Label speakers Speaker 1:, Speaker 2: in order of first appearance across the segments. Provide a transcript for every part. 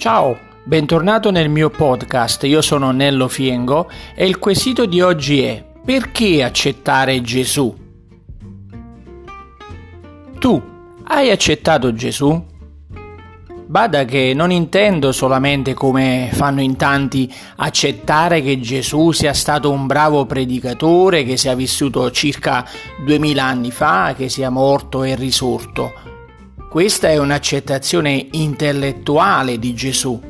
Speaker 1: Ciao, bentornato nel mio podcast, io sono Nello Fiengo e il quesito di oggi è: perché accettare Gesù? Tu hai accettato Gesù? Bada che non intendo solamente, come fanno in tanti, accettare che Gesù sia stato un bravo predicatore, che sia vissuto circa 2000 anni fa, che sia morto e risorto. Questa è un'accettazione intellettuale di Gesù.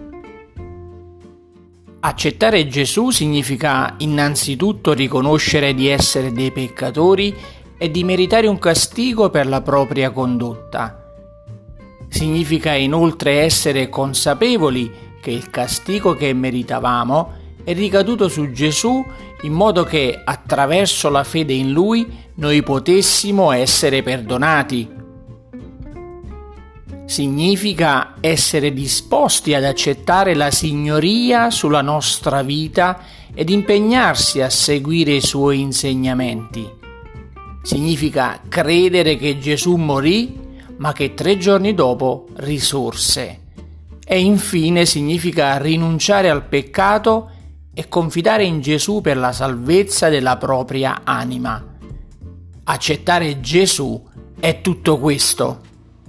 Speaker 1: Accettare Gesù significa innanzitutto riconoscere di essere dei peccatori e di meritare un castigo per la propria condotta. Significa inoltre essere consapevoli che il castigo che meritavamo è ricaduto su Gesù in modo che attraverso la fede in Lui noi potessimo essere perdonati. Significa essere disposti ad accettare la signoria sulla nostra vita ed impegnarsi a seguire i Suoi insegnamenti. Significa credere che Gesù morì, ma che 3 giorni dopo risorse. E infine significa rinunciare al peccato e confidare in Gesù per la salvezza della propria anima. Accettare Gesù è tutto questo.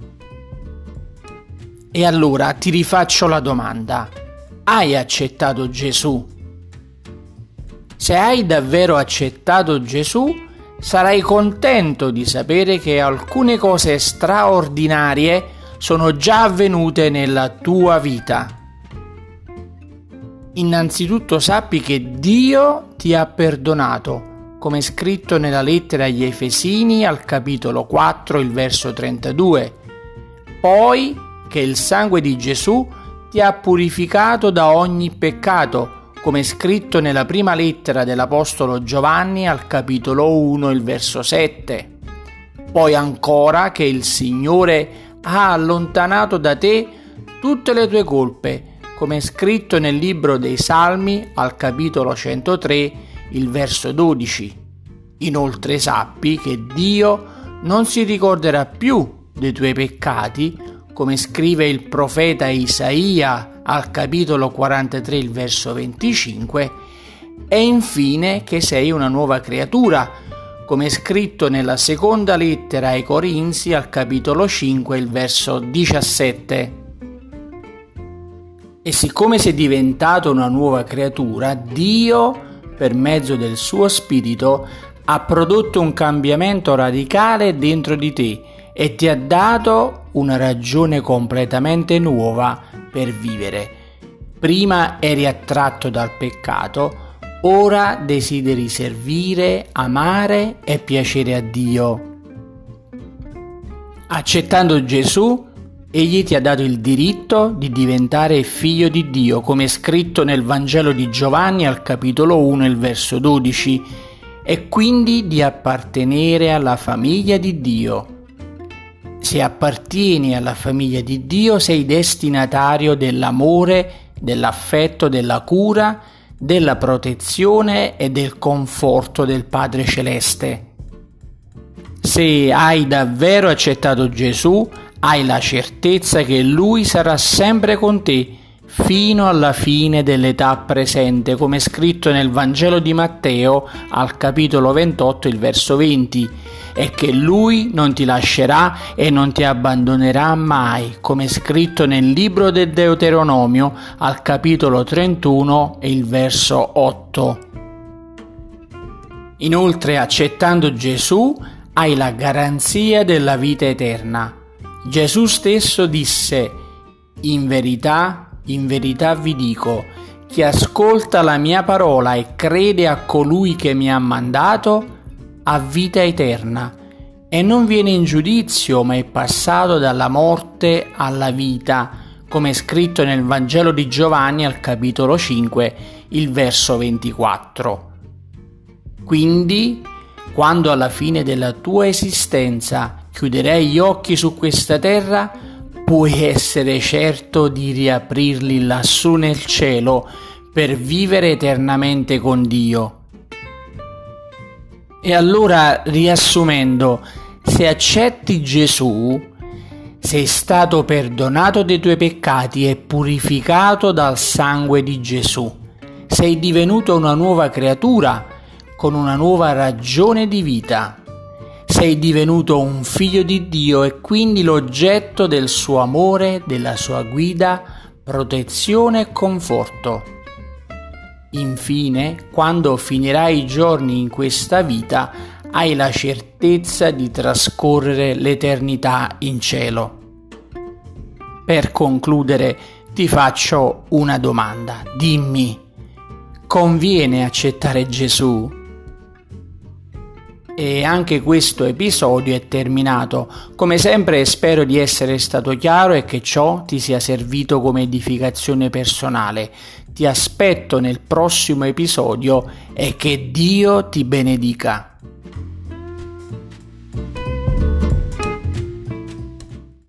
Speaker 1: E allora ti rifaccio la domanda: hai accettato Gesù? Se hai davvero accettato Gesù, sarai contento di sapere che alcune cose straordinarie sono già avvenute nella tua vita. Innanzitutto sappi che Dio ti ha perdonato, come è scritto nella lettera agli Efesini al capitolo 4, il verso 32. Poi che il sangue di Gesù ti ha purificato da ogni peccato, come è scritto nella prima lettera dell'Apostolo Giovanni al capitolo 1, il verso 7. Poi ancora che il Signore ha allontanato da te tutte le tue colpe, come è scritto nel libro dei Salmi al capitolo 103, il verso 12. Inoltre sappi che Dio non si ricorderà più dei tuoi peccati, come scrive il profeta Isaia al capitolo 43, il verso 25, e infine che sei una nuova creatura, come è scritto nella seconda lettera ai Corinzi al capitolo 5, il verso 17. E siccome sei diventato una nuova creatura, Dio, per mezzo del suo Spirito, ha prodotto un cambiamento radicale dentro di te e ti ha dato una ragione completamente nuova per vivere. Prima eri attratto dal peccato, ora desideri servire, amare e piacere a Dio. Accettando Gesù, Egli ti ha dato il diritto di diventare figlio di Dio, come è scritto nel Vangelo di Giovanni al capitolo 1, il verso 12, e quindi di appartenere alla famiglia di Dio. Se appartieni alla famiglia di Dio, sei destinatario dell'amore, dell'affetto, della cura, della protezione e del conforto del Padre Celeste. Se hai davvero accettato Gesù, hai la certezza che Lui sarà sempre con te fino alla fine dell'età presente, come è scritto nel Vangelo di Matteo al capitolo 28, il verso 20, e che Lui non ti lascerà e non ti abbandonerà mai, come è scritto nel libro del Deuteronomio al capitolo 31 e il verso 8. Inoltre, accettando Gesù, hai la garanzia della vita eterna. Gesù stesso disse: in verità vi dico, chi ascolta la mia parola e crede a colui che mi ha mandato, ha vita eterna e non viene in giudizio, ma è passato dalla morte alla vita, come è scritto nel Vangelo di Giovanni al capitolo 5, il verso 24. Quindi, quando alla fine della tua esistenza chiuderai gli occhi su questa terra, puoi essere certo di riaprirli lassù nel cielo per vivere eternamente con Dio. E allora, riassumendo, se accetti Gesù, Sei stato perdonato dei tuoi peccati e purificato dal sangue di Gesù. Sei divenuto una nuova creatura con una nuova ragione di vita. Sei divenuto un figlio di Dio e quindi l'oggetto del suo amore, della sua guida, protezione e conforto. Infine, quando finirai i giorni in questa vita, hai la certezza di trascorrere l'eternità in cielo. Per concludere, ti faccio una domanda. Dimmi, conviene accettare Gesù? E anche questo episodio è terminato. Come sempre spero di essere stato chiaro e che ciò ti sia servito come edificazione personale. Ti aspetto nel prossimo episodio e che Dio ti benedica.